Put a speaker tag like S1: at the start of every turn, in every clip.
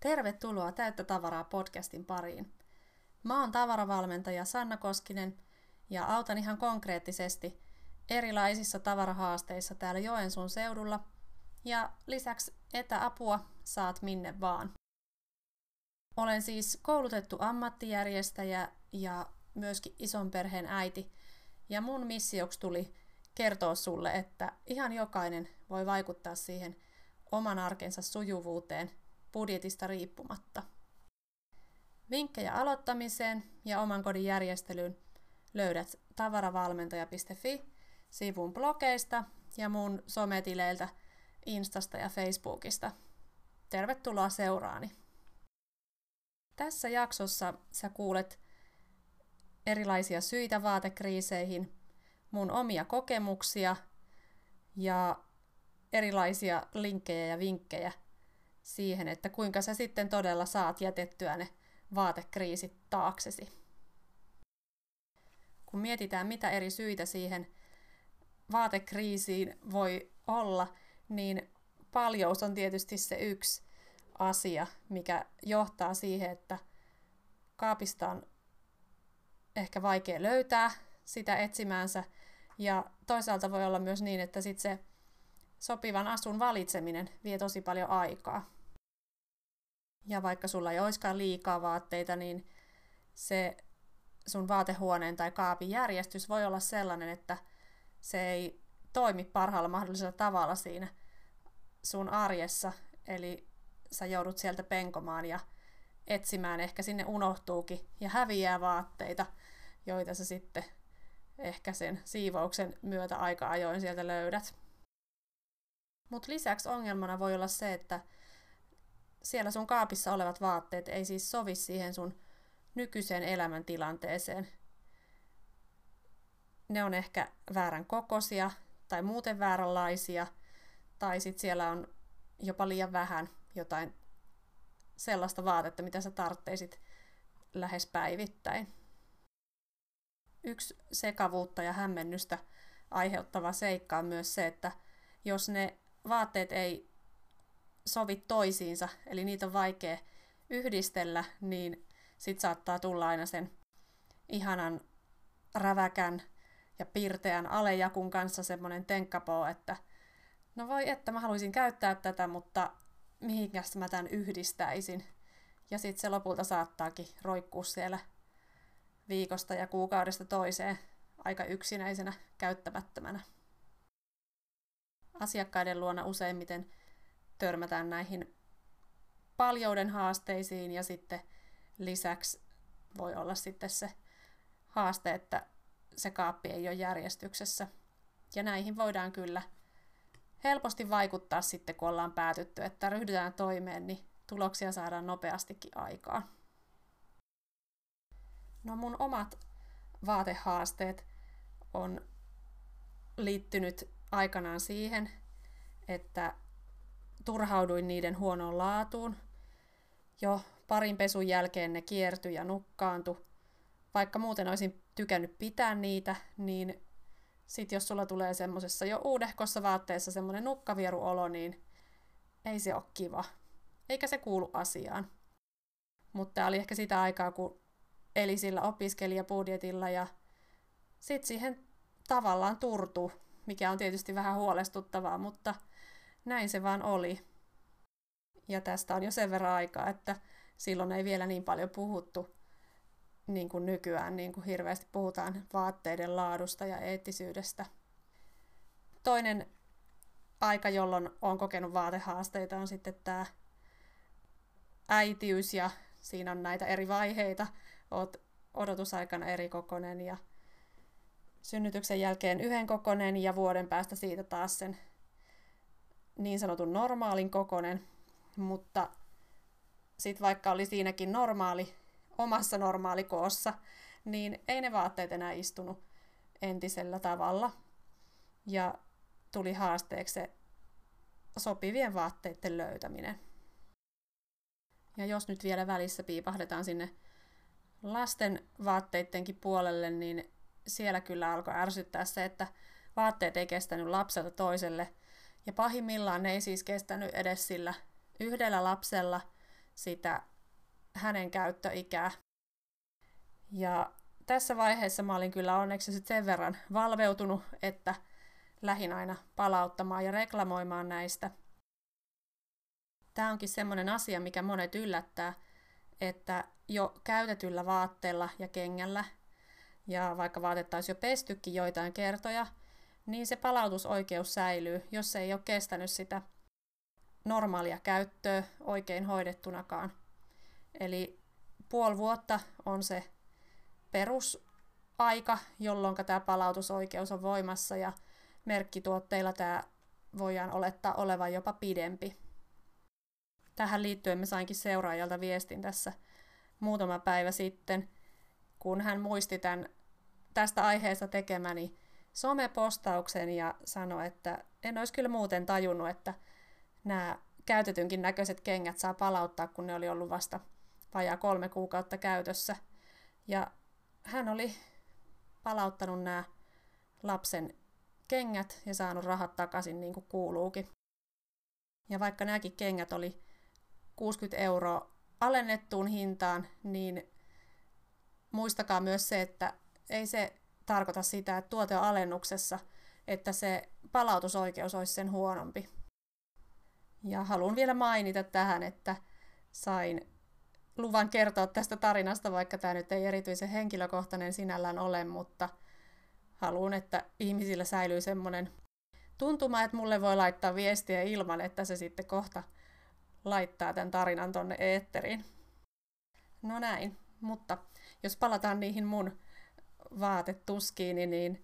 S1: Tervetuloa Täyttä tavaraa podcastin pariin. Mä oon tavaravalmentaja Sanna Koskinen ja autan ihan konkreettisesti erilaisissa tavarahaasteissa täällä Joensuun seudulla ja lisäksi etäapua saat minne vaan. Olen siis koulutettu ammattijärjestäjä ja myöskin ison perheen äiti ja mun missioksi tuli kertoa sulle, että ihan jokainen voi vaikuttaa siihen oman arkensa sujuvuuteen budjetista riippumatta. Vinkkejä aloittamiseen ja oman kodin järjestelyyn löydät tavaravalmentaja.fi-sivun blogeista ja mun sometileiltä Instasta ja Facebookista. Tervetuloa seuraani! Tässä jaksossa sä kuulet erilaisia syitä vaatekriiseihin, mun omia kokemuksia ja erilaisia linkkejä ja vinkkejä siihen, että kuinka sä sitten todella saat jätettyä ne vaatekriisit taaksesi. Kun mietitään, mitä eri syitä siihen vaatekriisiin voi olla, niin paljous on tietysti se yksi asia, mikä johtaa siihen, että kaapista on ehkä vaikea löytää sitä etsimäänsä. Ja toisaalta voi olla myös niin, että sit se sopivan asun valitseminen vie tosi paljon aikaa. Ja vaikka sulla ei olisikaan liikaa vaatteita, niin se sun vaatehuoneen tai kaapin järjestys voi olla sellainen, että se ei toimi parhaalla mahdollisella tavalla siinä sun arjessa. Eli sä joudut sieltä penkomaan ja etsimään, ehkä sinne unohtuukin ja häviää vaatteita, joita sä sitten ehkä sen siivouksen myötä aika ajoin sieltä löydät. Mutta lisäksi ongelmana voi olla se, että siellä sun kaapissa olevat vaatteet ei siis sovi siihen sun nykyiseen elämäntilanteeseen. Ne on ehkä väärän kokoisia tai muuten vääränlaisia, tai sitten siellä on jopa liian vähän jotain sellaista vaatetta, mitä sä tarvitset lähes päivittäin. Yksi sekavuutta ja hämmennystä aiheuttava seikka on myös se, että jos ne vaatteet ei sovi toisiinsa, eli niitä on vaikea yhdistellä, niin sit saattaa tulla aina sen ihanan räväkän ja pirteän alejakun kanssa semmoinen tenkkapoo, että no voi että mä haluaisin käyttää tätä, mutta mihinkäs mä tämän yhdistäisin. Ja sit se lopulta saattaakin roikkua siellä viikosta ja kuukaudesta toiseen aika yksinäisenä käyttämättömänä. Asiakkaiden luona useimmiten törmätään näihin paljouden haasteisiin ja sitten lisäksi voi olla sitten se haaste, että se kaappi ei ole järjestyksessä. Ja näihin voidaan kyllä helposti vaikuttaa sitten, kun ollaan päätytty, että ryhdytään toimeen, niin tuloksia saadaan nopeastikin aikaan. No mun omat vaatehaasteet on liittynyt aikanaan siihen, että turhauduin niiden huonoon laatuun. Jo parin pesun jälkeen ne kiertyi ja nukkaantui. Vaikka muuten olisin tykännyt pitää niitä, niin sit jos sulla tulee semmosessa jo uudehkossa vaatteessa semmoinen nukkavieruolo, niin ei se ole kiva. Eikä se kuulu asiaan. Mutta tää oli ehkä sitä aikaa, kun eli sillä opiskelijabudjetilla ja sit siihen tavallaan turtuu, mikä on tietysti vähän huolestuttavaa, mutta näin se vaan oli. Ja tästä on jo sen verran aikaa, että silloin ei vielä niin paljon puhuttu niin kuin nykyään, niin kuin hirveästi puhutaan vaatteiden laadusta ja eettisyydestä. Toinen aika, jolloin olen kokenut vaatehaasteita, on sitten tämä äitiys ja siinä on näitä eri vaiheita. Oot odotusaikana eri kokonen ja synnytyksen jälkeen yhden kokonen ja vuoden päästä siitä taas sen niin sanotun normaalin kokonen, mutta sitten vaikka oli siinäkin omassa normaalikoossa, niin ei ne vaatteet enää istunut entisellä tavalla. Ja tuli haasteeksi se sopivien vaatteiden löytäminen. Ja jos nyt vielä välissä piipahdetaan sinne lasten vaatteittenkin puolelle, niin siellä kyllä alkoi ärsyttää se, että vaatteet ei kestänyt lapselta toiselle. Ja pahimmillaan ne ei siis kestänyt edes sillä yhdellä lapsella. sitä hänen käyttöikää. Ja tässä vaiheessa mä olin kyllä onneksi sit sen verran valveutunut, että lähdin aina palauttamaan ja reklamoimaan näistä. Tämä onkin semmoinen asia, mikä monet yllättää, että jo käytetyllä vaatteella ja kengällä, ja vaikka vaatetta olisi jo pestykin joitain kertoja, niin se palautusoikeus säilyy, jos se ei ole kestänyt sitä normaalia käyttöä oikein hoidettunakaan. Eli puoli vuotta on se perusaika, jolloin tämä palautusoikeus on voimassa, ja merkkituotteilla tämä voidaan olettaa olevan jopa pidempi. Tähän liittyen mä sainkin seuraajalta viestin tässä muutama päivä sitten, kun hän muisti tästä aiheesta tekemäni somepostauksen ja sanoi, että en olisi kyllä muuten tajunnut, että nämä käytetynkin näköiset kengät saa palauttaa, kun ne oli ollut vasta vajaa 3 kuukautta käytössä. Ja hän oli palauttanut nämä lapsen kengät ja saanut rahat takaisin niin kuin kuuluukin. Ja vaikka nämäkin kengät oli 60 € alennettuun hintaan, niin muistakaa myös se, että ei se tarkoita sitä, että tuote on alennuksessa, että se palautusoikeus olisi sen huonompi. Ja haluan vielä mainita tähän, että sain luvan kertoa tästä tarinasta, vaikka tämä nyt ei erityisen henkilökohtainen sinällään ole, mutta haluan, että ihmisillä säilyy semmoinen tuntuma, että mulle voi laittaa viestiä ilman, että se sitten kohta laittaa tämän tarinan tonne eetteriin. No näin, mutta jos palataan niihin mun vaatetuskiini, niin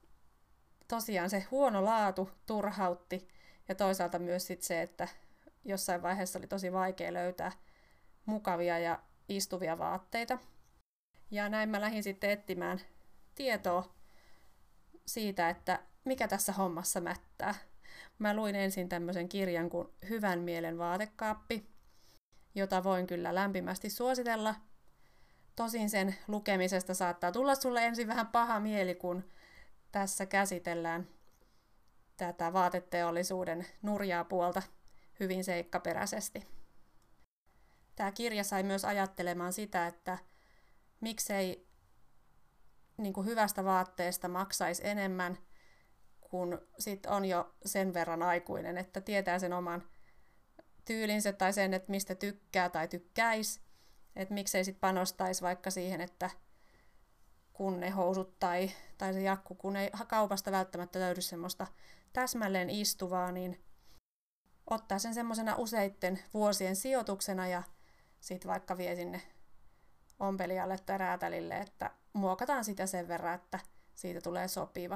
S1: tosiaan se huono laatu turhautti ja toisaalta myös sit se, että jossain vaiheessa oli tosi vaikea löytää mukavia ja istuvia vaatteita. Ja näin mä lähdin sitten etsimään tietoa siitä, että mikä tässä hommassa mättää. Mä luin ensin tämmöisen kirjan kuin Hyvän mielen vaatekaappi, jota voin kyllä lämpimästi suositella. Tosin sen lukemisesta saattaa tulla sulle ensin vähän paha mieli, kun tässä käsitellään tätä vaateteollisuuden nurjaa puolta hyvin seikkaperäisesti. Tämä kirja sai myös ajattelemaan sitä, että miksei niin kuin hyvästä vaatteesta maksaisi enemmän, kun sit on jo sen verran aikuinen, että tietää sen oman tyylinsä tai sen, että mistä tykkää tai tykkäisi. Että miksei sit panostaisi vaikka siihen, että kun ne housut tai se jakku, kun ei kaupasta välttämättä löydy semmoista täsmälleen istuvaa, niin ottaa sen semmoisena useitten vuosien sijoituksena ja sitten vaikka vie sinne ompelijalle tai räätälille, että muokataan sitä sen verran, että siitä tulee sopiva.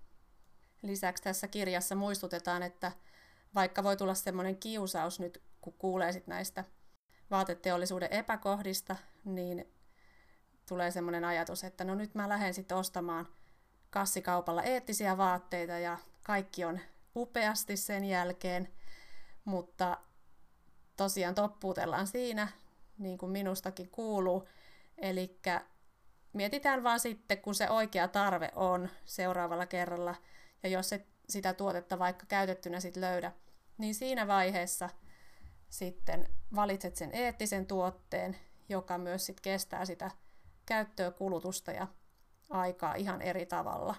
S1: Lisäksi tässä kirjassa muistutetaan, että vaikka voi tulla semmoinen kiusaus nyt, kun kuulee sit näistä vaateteollisuuden epäkohdista, niin tulee semmoinen ajatus, että no nyt mä lähden sitten ostamaan kassikaupalla eettisiä vaatteita ja kaikki on upeasti sen jälkeen, mutta tosiaan toppuutellaan siinä, niin kuin minustakin kuuluu, eli mietitään vaan sitten, kun se oikea tarve on seuraavalla kerralla, ja jos et sitä tuotetta vaikka käytettynä sit löydä, niin siinä vaiheessa sitten valitset sen eettisen tuotteen, joka myös sit kestää sitä käyttöä, kulutusta ja aikaa ihan eri tavalla.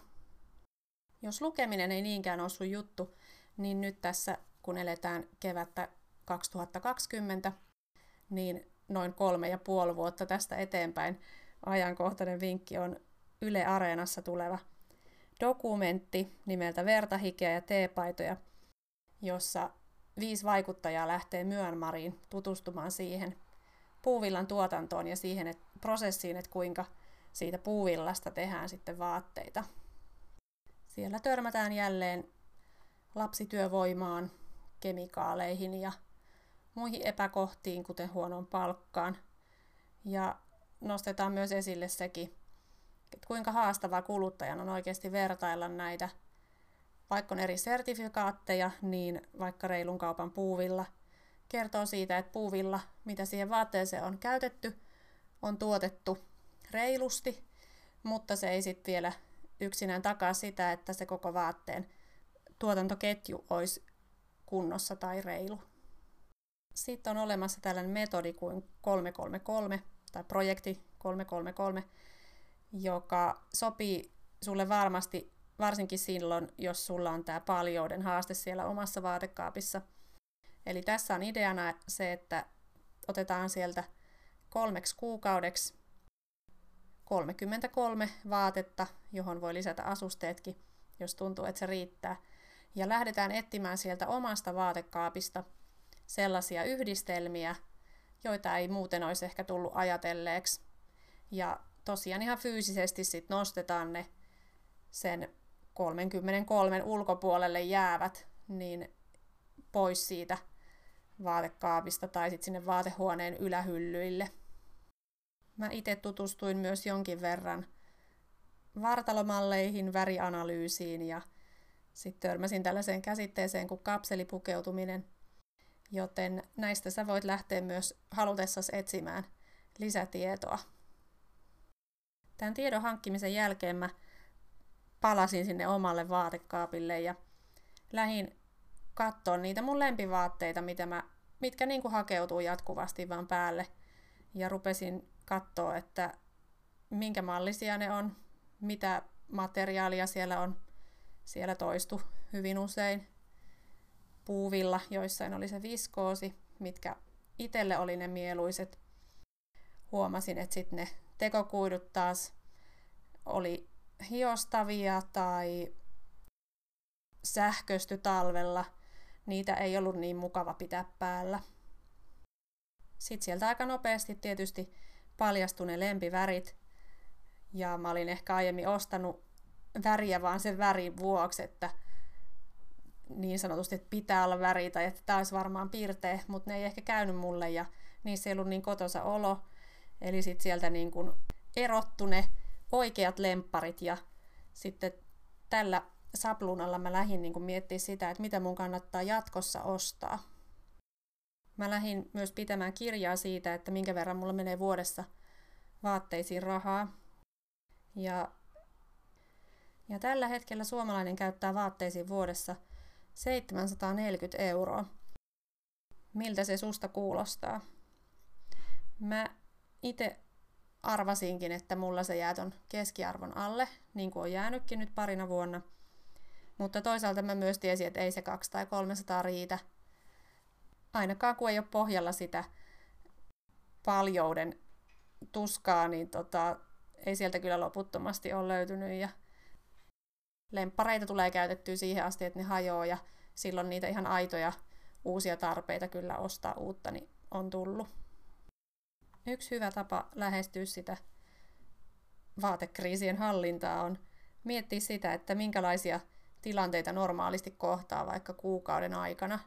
S1: Jos lukeminen ei niinkään ole sun juttu, niin nyt tässä, kun eletään kevättä 2020, niin noin 3,5 vuotta tästä eteenpäin ajankohtainen vinkki on Yle Areenassa tuleva dokumentti nimeltä Verta, hikeä ja teepaitoja, jossa 5 vaikuttajaa lähtee Myanmariin tutustumaan siihen puuvillan tuotantoon ja siihen prosessiin, että kuinka siitä puuvillasta tehdään sitten vaatteita. Siellä törmätään jälleen lapsityövoimaan, kemikaaleihin ja muihin epäkohtiin, kuten huonoon palkkaan. Ja nostetaan myös esille sekin, että kuinka haastavaa kuluttajan on oikeasti vertailla näitä, vaikka on eri sertifikaatteja, niin vaikka reilun kaupan puuvilla kertoo siitä, että puuvilla, mitä siihen vaatteeseen on käytetty, on tuotettu reilusti, mutta se ei sitten vielä yksinään takaa sitä, että se koko vaatteen tuotantoketju olisi kunnossa tai reilu. Sitten on olemassa tällainen metodi kuin 333 tai projekti 333, joka sopii sulle varmasti, varsinkin silloin, jos sulla on tämä paljouden haaste siellä omassa vaatekaapissa. Eli tässä on ideana se, että otetaan sieltä 3 kuukaudeksi 33 vaatetta, johon voi lisätä asusteetkin, jos tuntuu, että se riittää. Ja lähdetään etsimään sieltä omasta vaatekaapista sellaisia yhdistelmiä, joita ei muuten olisi ehkä tullut ajatelleeksi. Ja tosiaan ihan fyysisesti sit nostetaan ne sen 33 ulkopuolelle jäävät niin pois siitä vaatekaapista tai sitten sinne vaatehuoneen ylähyllyille. Mä itse tutustuin myös jonkin verran vartalomalleihin, värianalyysiin ja sitten törmäsin tällaiseen käsitteeseen kuin kapselipukeutuminen, joten näistä sä voit lähteä myös halutessasi etsimään lisätietoa. Tämän tiedon hankkimisen jälkeen mä palasin sinne omalle vaatekaapille ja lähdin katsoa niitä mun lempivaatteita, mitkä niin kuin hakeutuu jatkuvasti vaan päälle. Ja rupesin katsoa, että minkä mallisia ne on, mitä materiaalia siellä on. Siellä toistui hyvin usein puuvilla, joissain oli se viskoosi, mitkä itselle oli ne mieluiset. Huomasin, että sitten ne tekokuidut taas oli hiostavia tai sähkösty talvella. Niitä ei ollut niin mukava pitää päällä. Sitten sieltä aika nopeasti tietysti paljastui ne lempivärit. Ja mä olin ehkä aiemmin ostanut väriä vaan sen värin vuoksi, että niin sanotusti, että pitää olla väri tai että tämä olisi varmaan pirteä, mutta ne ei ehkä käynyt mulle ja niissä ei ollut niin kotoisa olo. Eli sitten sieltä niin kun erottu ne oikeat lempparit ja sitten tällä sapluunalla mä lähdin niin kun miettimään sitä, että mitä mun kannattaa jatkossa ostaa. Mä lähdin myös pitämään kirjaa siitä, että minkä verran mulla menee vuodessa vaatteisiin rahaa. Ja tällä hetkellä suomalainen käyttää vaatteisiin vuodessa 740 €. Miltä se susta kuulostaa? Mä itse arvasinkin, että mulla se jää ton keskiarvon alle, niin kuin on jäänytkin nyt parina vuonna. Mutta toisaalta mä myös tiesin, että ei se 200 tai 300 riitä. Ainakaan kun ei ole pohjalla sitä paljouden tuskaa, niin ei sieltä kyllä loputtomasti ole löytynyt. Ja lemppareita tulee käytettyä siihen asti, että ne hajoaa ja silloin niitä ihan aitoja uusia tarpeita kyllä ostaa uutta, niin on tullut. Yksi hyvä tapa lähestyä sitä vaatekriisien hallintaa on miettiä sitä, että minkälaisia tilanteita normaalisti kohtaa vaikka kuukauden aikana.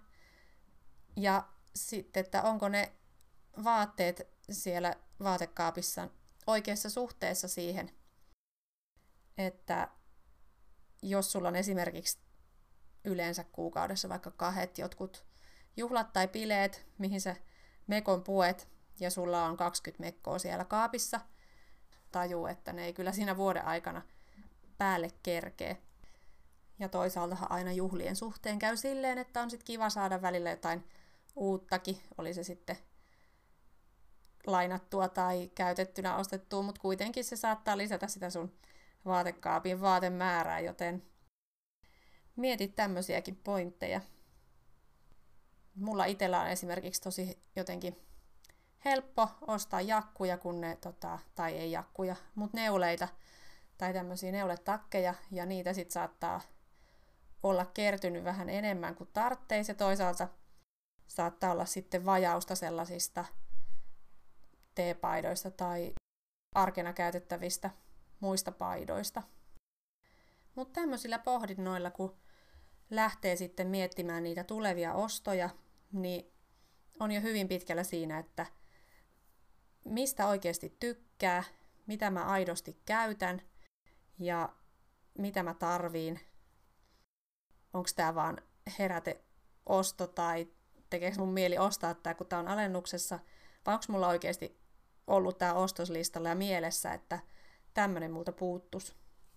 S1: Ja sitten, että onko ne vaatteet siellä vaatekaapissa oikeassa suhteessa siihen, että jos sulla on esimerkiksi yleensä kuukaudessa vaikka 2 jotkut juhlat tai bileet, mihin sä mekon puet ja sulla on 20 mekkoa siellä kaapissa, tajuu, että ne ei kyllä siinä vuoden aikana päälle kerkee. Ja toisaaltahan aina juhlien suhteen käy silleen, että on sit kiva saada välillä jotain uuttakin, oli se sitten lainattua tai käytettynä ostettua, mutta kuitenkin se saattaa lisätä sitä sun vaatekaapin vaatemäärää, joten mietit tämmöisiäkin pointteja. Mulla itsellä on esimerkiksi tosi jotenkin helppo ostaa jakkuja, kun ne, tai ei jakkuja, mutta neuleita tai tämmöisiä neuletakkeja, ja niitä sit saattaa olla kertynyt vähän enemmän kuin tarvitsisi, ja toisaalta saattaa olla sitten vajausta sellaisista teepaidoista tai arkena käytettävistä muista paidoista. Mutta tämmöisillä pohdinnoilla, kun lähtee sitten miettimään niitä tulevia ostoja, niin on jo hyvin pitkällä siinä, että mistä oikeasti tykkää, mitä mä aidosti käytän ja mitä mä tarviin. Onko tää vaan heräteosto tai tekeekö mun mieli ostaa tää, kun tää on alennuksessa, vai onko mulla oikeasti ollut tää ostoslistalla ja mielessä, että tämmönen multa puuttus.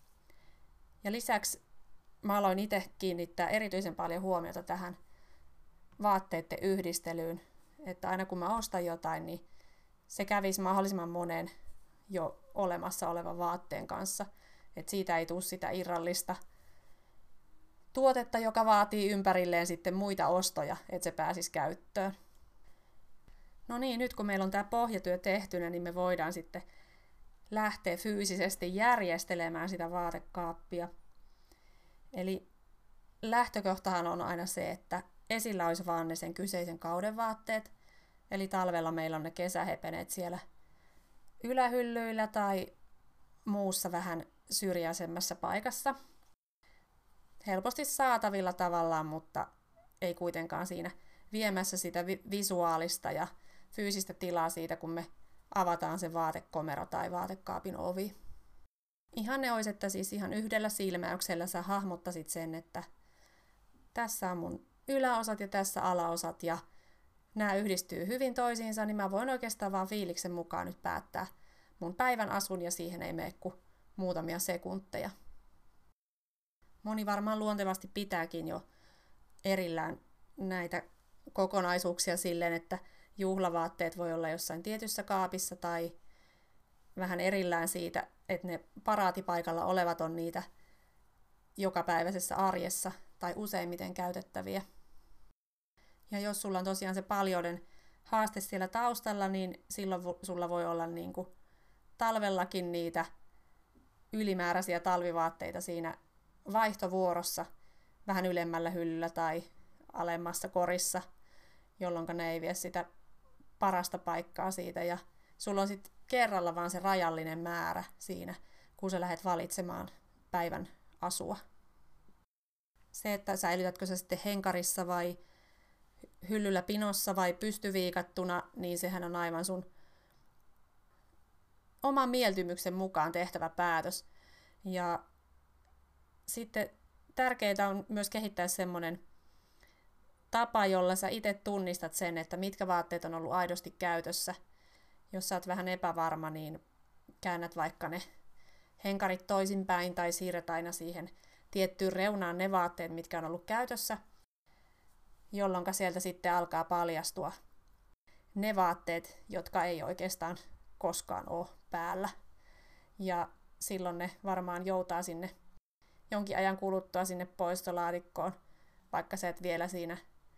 S1: Ja lisäksi mä aloin itse kiinnittää erityisen paljon huomiota tähän vaatteiden yhdistelyyn. että aina kun mä ostan jotain, niin se kävisi mahdollisimman monen jo olemassa olevan vaatteen kanssa. Että siitä ei tule sitä irrallista tuotetta, joka vaatii ympärilleen sitten muita ostoja, että se pääsisi käyttöön. No niin, nyt kun meillä on tämä pohjatyö tehtynä, niin me voidaan sitten lähteä fyysisesti järjestelemään sitä vaatekaappia. Eli lähtökohtahan on aina se, että esillä olisi vaan ne sen kyseisen kauden vaatteet. Eli talvella meillä on ne kesähepeneet siellä ylähyllyillä tai muussa vähän syrjäisemmässä paikassa. Helposti saatavilla tavallaan, mutta ei kuitenkaan siinä viemässä sitä visuaalista ja fyysistä tilaa siitä, kun me avataan se vaatekomero tai vaatekaapin ovi. Ihanne olisi, että siis ihan yhdellä silmäyksellä sä hahmottaisit sen, että tässä on mun yläosat ja tässä alaosat ja nämä yhdistyy hyvin toisiinsa, niin mä voin oikeastaan vaan fiiliksen mukaan nyt päättää mun päivän asun ja siihen ei mene kuin muutamia sekunteja. Moni varmaan luontevasti pitääkin jo erillään näitä kokonaisuuksia silleen, että juhlavaatteet voi olla jossain tietyssä kaapissa tai vähän erillään siitä, että ne paraatipaikalla olevat on niitä jokapäiväisessä arjessa tai useimmiten käytettäviä. Ja jos sulla on tosiaan se paljouden haaste siellä taustalla, niin silloin sulla voi olla niin kuin talvellakin niitä ylimääräisiä talvivaatteita siinä vaihtovuorossa vähän ylemmällä hyllyllä tai alemmassa korissa, jolloin ne ei vie sitä parasta paikkaa siitä ja sulla on sitten kerralla vaan se rajallinen määrä siinä, kun sä lähdet valitsemaan päivän asua. Se, että säilytätkö sä sitten henkarissa vai hyllyllä pinossa vai pystyviikattuna, niin sehän on aivan sun oman mieltymyksen mukaan tehtävä päätös. Ja sitten tärkeää on myös kehittää semmoinen tapa, jolla sä itse tunnistat sen, että mitkä vaatteet on ollut aidosti käytössä. Jos sä oot vähän epävarma, niin käännät vaikka ne henkarit toisinpäin tai siirrät aina siihen tiettyyn reunaan ne vaatteet, mitkä on ollut käytössä, jolloin sieltä sitten alkaa paljastua ne vaatteet, jotka ei oikeastaan koskaan ole päällä. Ja silloin ne varmaan joutaa sinne jonkin ajan kuluttua sinne poistolaatikkoon, vaikka sä et vielä siinä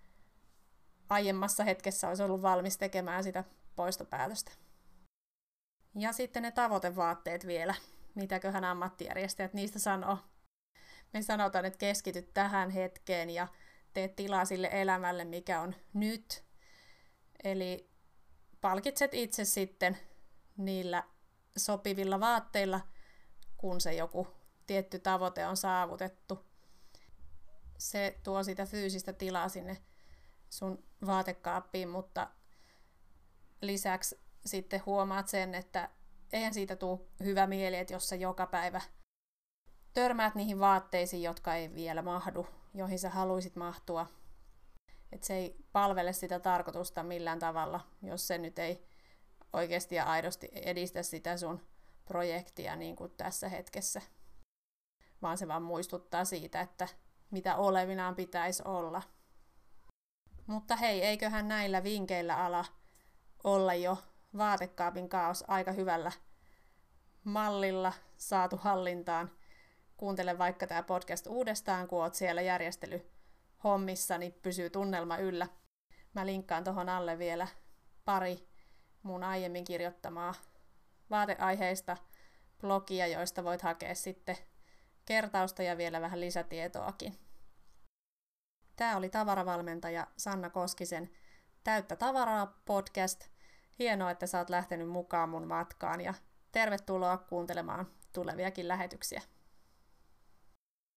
S1: aiemmassa hetkessä olisi ollut valmis tekemään sitä poistopäätöstä. Ja sitten ne tavoitevaatteet vielä. Mitäköhän ammattijärjestäjät niistä sanoo? Me sanotaan, että keskity tähän hetkeen ja tee tilaa sille elämälle, mikä on nyt. Eli palkitset itse sitten niillä sopivilla vaatteilla, kun se joku tietty tavoite on saavutettu. Se tuo sitä fyysistä tilaa sinne sun vaatekaappiin, mutta lisäksi sitten huomaat sen, että eihän siitä tule hyvä mieli, että jos sä joka päivä törmäät niihin vaatteisiin, jotka ei vielä mahdu, joihin sä haluisit mahtua. Että se ei palvele sitä tarkoitusta millään tavalla, jos se nyt ei oikeasti ja aidosti edistä sitä sun projektia niin kuin tässä hetkessä. Vaan se vaan muistuttaa siitä, että mitä olevinaan pitäisi olla. Mutta hei, eiköhän näillä vinkeillä ala olla jo vaatekaapin kaos aika hyvällä mallilla saatu hallintaan. Kuuntele vaikka tämä podcast uudestaan, kun oot siellä järjestelyhommissa, niin pysyy tunnelma yllä. Mä linkkaan tuohon alle vielä pari mun aiemmin kirjoittamaa vaateaiheista blogia, joista voit hakea sitten kertausta ja vielä vähän lisätietoakin. Tämä oli tavaravalmentaja Sanna Koskisen Täyttä tavaraa podcast. Hienoa, että sä oot lähtenyt mukaan mun matkaan ja tervetuloa kuuntelemaan tuleviakin lähetyksiä.